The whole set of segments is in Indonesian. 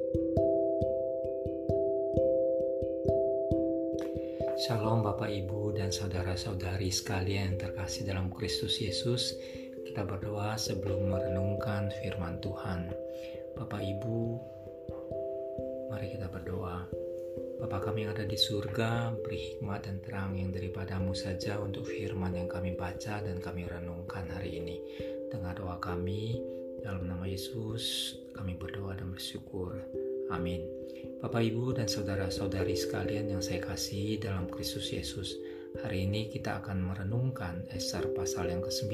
Shalom Bapak Ibu dan saudara-saudari sekalian yang terkasih dalam Kristus Yesus. Kita berdoa sebelum merenungkan firman Tuhan. Bapak Ibu, mari kita berdoa. Bapa kami yang ada di surga, beri hikmat dan terang yang daripadamu saja untuk firman yang kami baca dan kami renungkan hari ini. Dengar doa kami, dalam nama Yesus kami berdoa dan bersyukur. Amin. Bapak, Ibu, dan saudara-saudari sekalian yang saya kasihi dalam Kristus Yesus, hari ini kita akan merenungkan Ester pasal yang ke-9.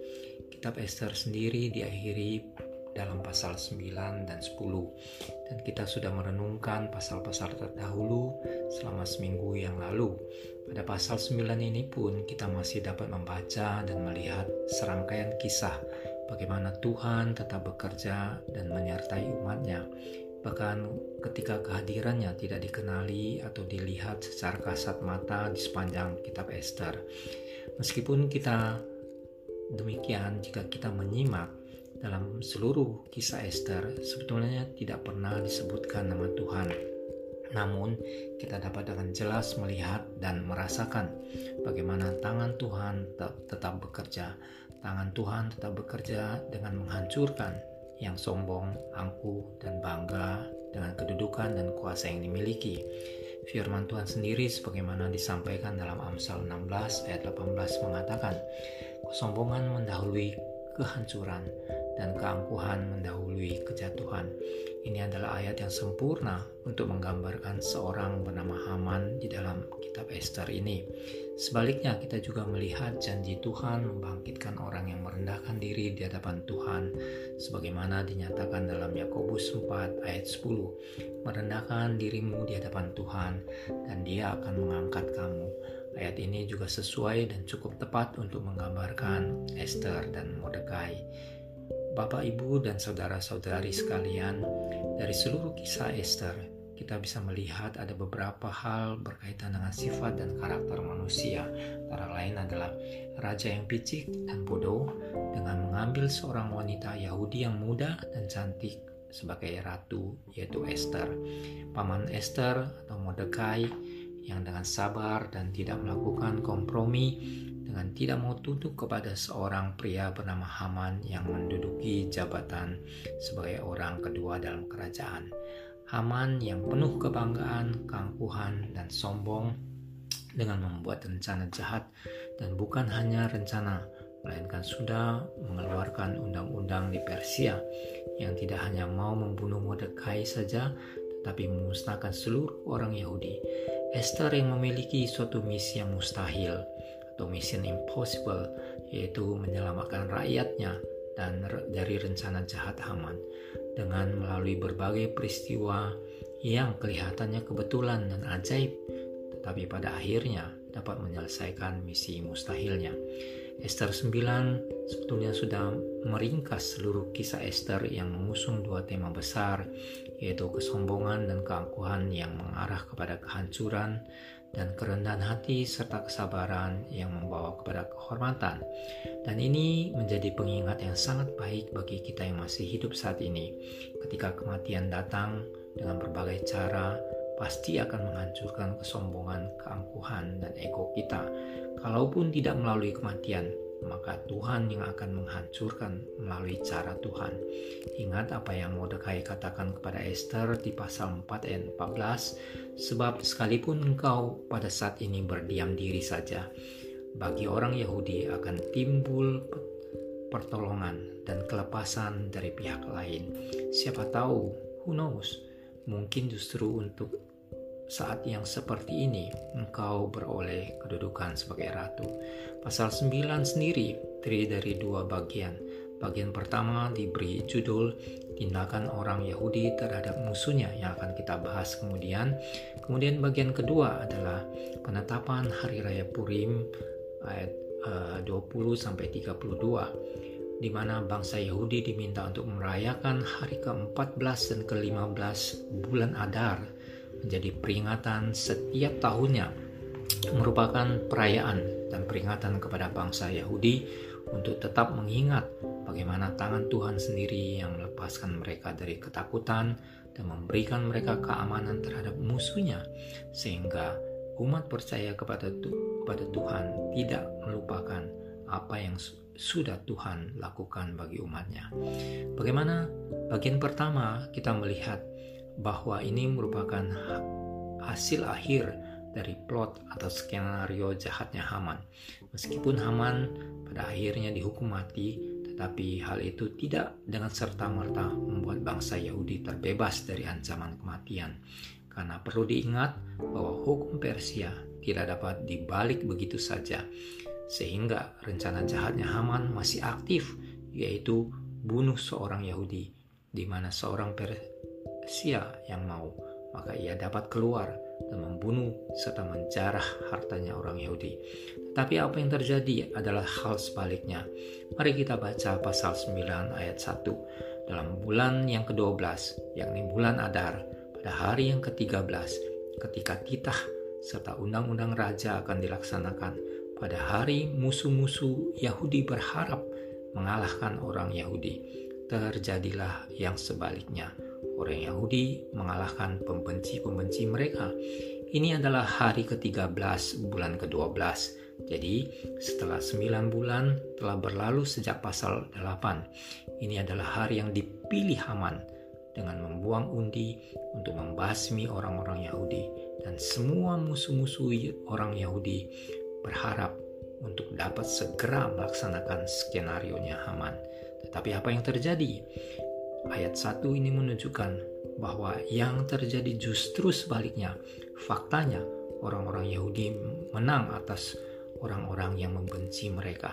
Kitab Ester sendiri diakhiri dalam pasal 9 dan 10. Dan kita sudah merenungkan pasal-pasal terdahulu selama seminggu yang lalu. Pada pasal 9 ini pun kita masih dapat membaca dan melihat serangkaian kisah bagaimana Tuhan tetap bekerja dan menyertai umatnya. Bahkan ketika kehadirannya tidak dikenali atau dilihat secara kasat mata di sepanjang kitab Ester. Meskipun kita demikian, jika kita menyimak dalam seluruh kisah Ester, sebetulnya tidak pernah disebutkan nama Tuhan. Namun kita dapat dengan jelas melihat dan merasakan bagaimana tangan Tuhan tetap bekerja. Tangan Tuhan tetap bekerja dengan menghancurkan yang sombong, angkuh, dan bangga dengan kedudukan dan kuasa yang dimiliki. Firman Tuhan sendiri sebagaimana disampaikan dalam Amsal 16 ayat 18 mengatakan, kesombongan mendahului kehancuran dan keangkuhan mendahului kejatuhan. Ini adalah ayat yang sempurna untuk menggambarkan seorang bernama Haman di dalam kitab Ester ini. Sebaliknya, kita juga melihat janji Tuhan membangkitkan orang yang merendahkan diri di hadapan Tuhan, sebagaimana dinyatakan dalam Yakobus 4 ayat 10. Merendahkan dirimu di hadapan Tuhan, dan Dia akan mengangkat kamu. Ayat ini juga sesuai dan cukup tepat untuk menggambarkan Ester dan Mordekai. Bapak, Ibu, dan saudara-saudari sekalian, dari seluruh kisah Ester, kita bisa melihat ada beberapa hal berkaitan dengan sifat dan karakter manusia. Antara lain adalah raja yang picik dan bodoh dengan mengambil seorang wanita Yahudi yang muda dan cantik sebagai ratu, yaitu Ester. Paman Ester atau Mordekai yang dengan sabar dan tidak melakukan kompromi dengan tidak mau tunduk kepada seorang pria bernama Haman yang menduduki jabatan sebagai orang kedua dalam kerajaan. Haman yang penuh kebanggaan, keangkuhan, dan sombong dengan membuat rencana jahat, dan bukan hanya rencana, melainkan sudah mengeluarkan undang-undang di Persia yang tidak hanya mau membunuh Mordekai saja, tetapi memusnahkan seluruh orang Yahudi. Ester yang memiliki suatu misi yang mustahil atau mission impossible, yaitu menyelamatkan rakyatnya dan dari rencana jahat Haman dengan melalui berbagai peristiwa yang kelihatannya kebetulan dan ajaib, tetapi pada akhirnya dapat menyelesaikan misi mustahilnya. Ester 9 sebetulnya sudah meringkas seluruh kisah Ester yang mengusung dua tema besar, yaitu kesombongan dan keangkuhan yang mengarah kepada kehancuran, dan kerendahan hati serta kesabaran yang membawa kepada kehormatan. Dan ini menjadi pengingat yang sangat baik bagi kita yang masih hidup saat ini. Ketika kematian datang dengan berbagai cara, pasti akan menghancurkan kesombongan, keangkuhan, dan ego kita. Kalaupun tidak melalui kematian, maka Tuhan yang akan menghancurkan melalui cara Tuhan. Ingat apa yang Mordekai katakan kepada Ester di pasal 4 ayat 14, sebab sekalipun engkau pada saat ini berdiam diri saja, bagi orang Yahudi akan timbul pertolongan dan kelepasan dari pihak lain. Siapa tahu, who knows, mungkin justru untuk saat yang seperti ini engkau beroleh kedudukan sebagai ratu. Pasal 9 sendiri terdiri dari dua bagian. Bagian pertama diberi judul tindakan orang Yahudi terhadap musuhnya yang akan kita bahas kemudian. Kemudian bagian kedua adalah penetapan Hari Raya Purim ayat 20-32, di mana bangsa Yahudi diminta untuk merayakan hari ke-14 dan ke-15 bulan Adar menjadi peringatan setiap tahunnya, merupakan perayaan dan peringatan kepada bangsa Yahudi untuk tetap mengingat bagaimana tangan Tuhan sendiri yang melepaskan mereka dari ketakutan dan memberikan mereka keamanan terhadap musuhnya, sehingga umat percaya kepada Tuhan tidak melupakan apa yang sudah Tuhan lakukan bagi umatnya. Bagaimana? Bagian pertama kita melihat bahwa ini merupakan hasil akhir dari plot atau skenario jahatnya Haman. Meskipun Haman pada akhirnya dihukum mati, tetapi hal itu tidak dengan serta-merta membuat bangsa Yahudi terbebas dari ancaman kematian. Karena perlu diingat bahwa hukum Persia tidak dapat dibalik begitu saja, sehingga rencana jahatnya Haman masih aktif, yaitu bunuh seorang Yahudi, di mana seorang Persia yang mau, maka ia dapat keluar dan membunuh serta menjarah hartanya orang Yahudi. Tapi apa yang terjadi adalah hal sebaliknya. Mari kita baca pasal 9 ayat 1. Dalam bulan yang ke-12, yakni bulan Adar, pada hari yang ke-13, ketika titah serta undang-undang raja akan dilaksanakan, pada hari musuh-musuh Yahudi berharap mengalahkan orang Yahudi, terjadilah yang sebaliknya. Orang Yahudi mengalahkan pembenci-pembenci mereka. Ini adalah hari ke-13 bulan ke-12. Jadi setelah 9 bulan telah berlalu sejak pasal 8. Ini adalah hari yang dipilih Haman dengan membuang undi untuk membasmi orang-orang Yahudi. Dan semua musuh-musuh orang Yahudi berharap untuk dapat segera melaksanakan skenarionya Haman. Tetapi apa yang terjadi? Ayat 1 ini menunjukkan bahwa yang terjadi justru sebaliknya. Faktanya orang-orang Yahudi menang atas orang-orang yang membenci mereka.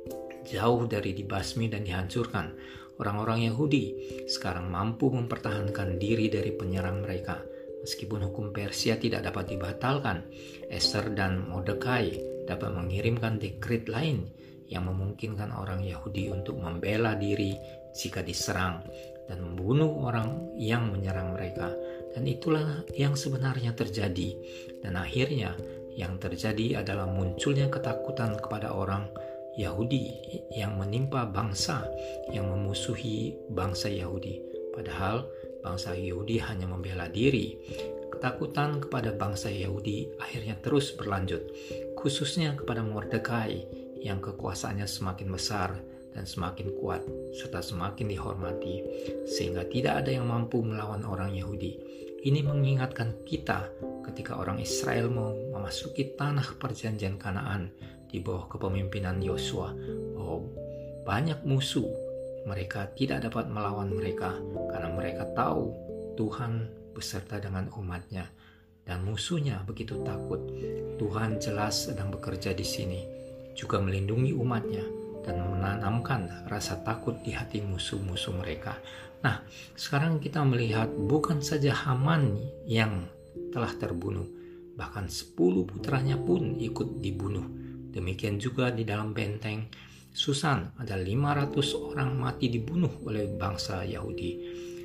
Jauh dari dibasmi dan dihancurkan, orang-orang Yahudi sekarang mampu mempertahankan diri dari penyerang mereka. Meskipun hukum Persia tidak dapat dibatalkan, Ester dan Mordekai dapat mengirimkan dekret lain yang memungkinkan orang Yahudi untuk membela diri jika diserang dan membunuh orang yang menyerang mereka. Dan itulah yang sebenarnya terjadi. Dan akhirnya yang terjadi adalah munculnya ketakutan kepada orang Yahudi yang menimpa bangsa yang memusuhi bangsa Yahudi. Padahal bangsa Yahudi hanya membela diri. Ketakutan kepada bangsa Yahudi akhirnya terus berlanjut, khususnya kepada Mordekai yang kekuasaannya semakin besar dan semakin kuat serta semakin dihormati, sehingga tidak ada yang mampu melawan orang Yahudi. Ini mengingatkan kita ketika orang Israel mau memasuki tanah perjanjian Kanaan di bawah kepemimpinan Yosua, bahwa banyak musuh mereka tidak dapat melawan mereka karena mereka tahu Tuhan beserta dengan umatnya, dan musuhnya begitu takut. Tuhan jelas sedang bekerja di sini, juga melindungi umatnya dan menanamkan rasa takut di hati musuh-musuh mereka. Nah, sekarang kita melihat bukan saja Haman yang telah terbunuh, bahkan 10 putranya pun ikut dibunuh. Demikian juga di dalam benteng Susan ada 500 orang mati dibunuh oleh bangsa Yahudi.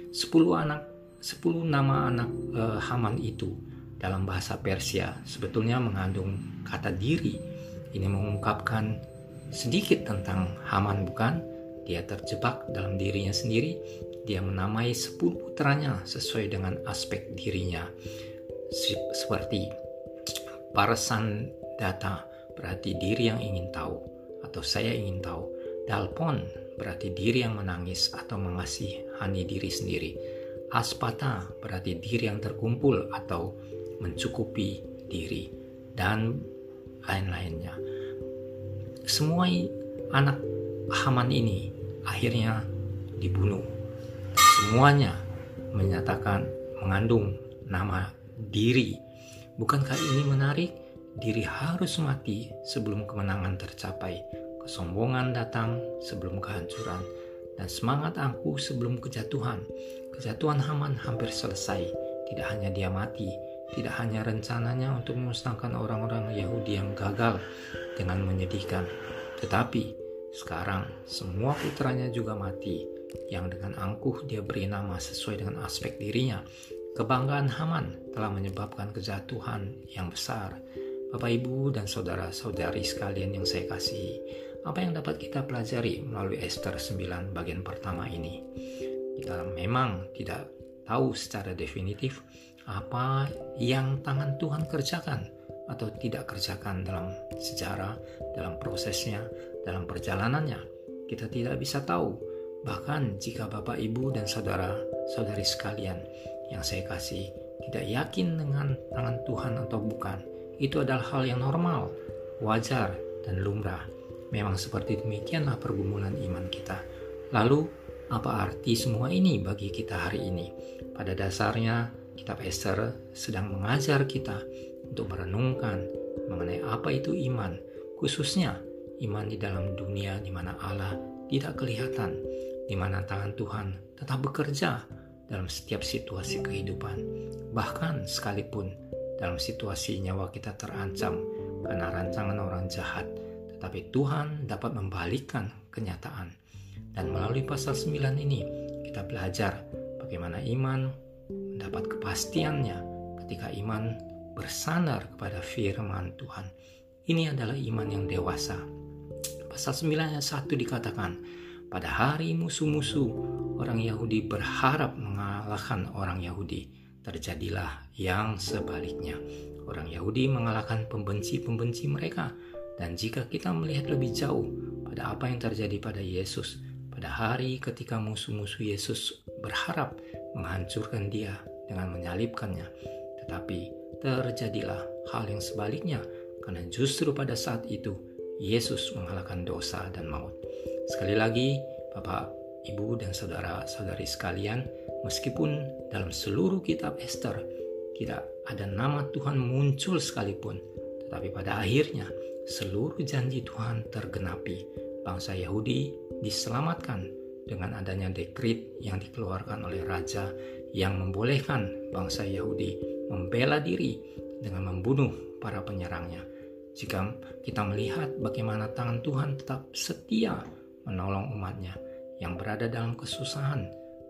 10 nama anak Haman itu dalam bahasa Persia sebetulnya mengandung kata diri. Ini mengungkapkan sedikit tentang Haman, bukan? Dia terjebak dalam dirinya sendiri. Dia menamai 10 putranya sesuai dengan aspek dirinya. Seperti Parsan Data berarti diri yang ingin tahu atau saya ingin tahu. Dalpon berarti diri yang menangis atau mengasihani diri sendiri. Aspata berarti diri yang terkumpul atau mencukupi diri, dan lain-lainnya. Semua anak Haman ini akhirnya dibunuh. Semuanya menyatakan mengandung nama diri. Bukankah ini menarik? Diri harus mati sebelum kemenangan tercapai. Kesombongan datang sebelum kehancuran, dan semangat angkuh sebelum kejatuhan. Kejatuhan Haman hampir selesai. Tidak hanya dia mati, tidak hanya rencananya untuk memusnahkan orang-orang Yahudi yang gagal dengan menyedihkan, tetapi sekarang semua putranya juga mati, yang dengan angkuh dia beri nama sesuai dengan aspek dirinya. Kebanggaan Haman telah menyebabkan kejatuhan yang besar. Bapak, Ibu, dan saudara-saudari sekalian yang saya kasihi, apa yang dapat kita pelajari melalui Ester 9 bagian pertama ini? Kita memang tidak tahu secara definitif apa yang tangan Tuhan kerjakan atau tidak kerjakan dalam sejarah, dalam prosesnya, dalam perjalanannya. Kita tidak bisa tahu. Bahkan jika Bapak, Ibu, dan saudara-saudari sekalian yang saya kasih tidak yakin dengan tangan Tuhan atau bukan, itu adalah hal yang normal, wajar, dan lumrah. Memang seperti demikianlah pergumulan iman kita. Lalu, apa arti semua ini bagi kita hari ini? Pada dasarnya, kitab Ester sedang mengajar kita untuk merenungkan mengenai apa itu iman, khususnya iman di dalam dunia di mana Allah tidak kelihatan, di mana tangan Tuhan tetap bekerja dalam setiap situasi kehidupan. Bahkan sekalipun dalam situasi nyawa kita terancam karena rancangan orang jahat, tetapi Tuhan dapat membalikkan kenyataan. Dan melalui pasal 9 ini kita belajar bagaimana iman mendapat kepastiannya ketika iman bersandar kepada firman Tuhan. Ini adalah iman yang dewasa. Pasal 9 ayat 1 dikatakan, pada hari musuh-musuh orang Yahudi berharap mengalahkan orang Yahudi, terjadilah yang sebaliknya. Orang Yahudi mengalahkan pembenci-pembenci mereka. Dan jika kita melihat lebih jauh pada apa yang terjadi pada Yesus, pada hari ketika musuh-musuh Yesus berharap menghancurkan dia dengan menyalibkannya, tetapi terjadilah hal yang sebaliknya, karena justru pada saat itu Yesus mengalahkan dosa dan maut. Sekali lagi, Bapak, Ibu, dan saudara-saudari sekalian, meskipun dalam seluruh kitab Ester tidak ada nama Tuhan muncul sekalipun, tetapi pada akhirnya seluruh janji Tuhan tergenapi. Bangsa Yahudi diselamatkan dengan adanya dekret yang dikeluarkan oleh raja yang membolehkan bangsa Yahudi membela diri dengan membunuh para penyerangnya. Jika kita melihat bagaimana tangan Tuhan tetap setia menolong umatnya yang berada dalam kesusahan,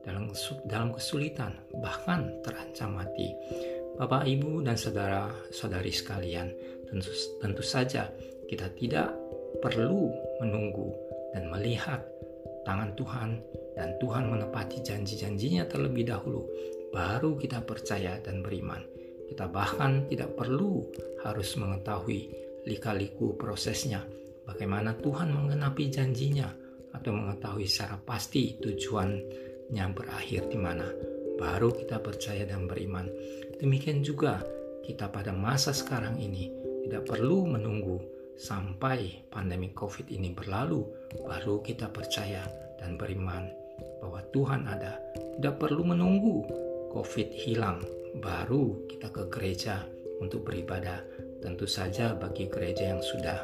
dalam kesulitan, bahkan terancam mati. Bapak, Ibu, dan saudara-saudari sekalian, tentu saja kita tidak perlu menunggu dan melihat tangan Tuhan dan Tuhan menepati janji-janjinya terlebih dahulu, baru kita percaya dan beriman. Kita bahkan tidak perlu harus mengetahui lika-liku prosesnya, bagaimana Tuhan menggenapi janjinya, atau mengetahui secara pasti tujuannya berakhir di mana, baru kita percaya dan beriman. Demikian juga kita pada masa sekarang ini tidak perlu menunggu sampai pandemi COVID ini berlalu, baru kita percaya dan beriman bahwa Tuhan ada. Tidak perlu menunggu COVID hilang, baru kita ke gereja untuk beribadah. Tentu saja bagi gereja yang sudah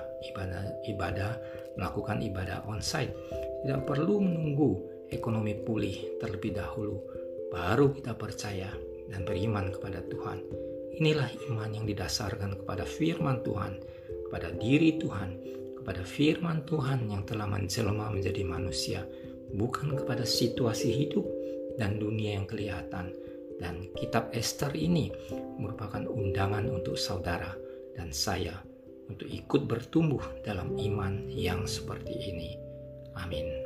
melakukan ibadah onsite, tidak perlu menunggu ekonomi pulih terlebih dahulu, baru kita percaya dan beriman kepada Tuhan. Inilah iman yang didasarkan kepada firman Tuhan, kepada diri Tuhan, kepada firman Tuhan yang telah menjelma menjadi manusia, bukan kepada situasi hidup dan dunia yang kelihatan. Dan kitab Ester ini merupakan undangan untuk saudara dan saya untuk ikut bertumbuh dalam iman yang seperti ini. Amin.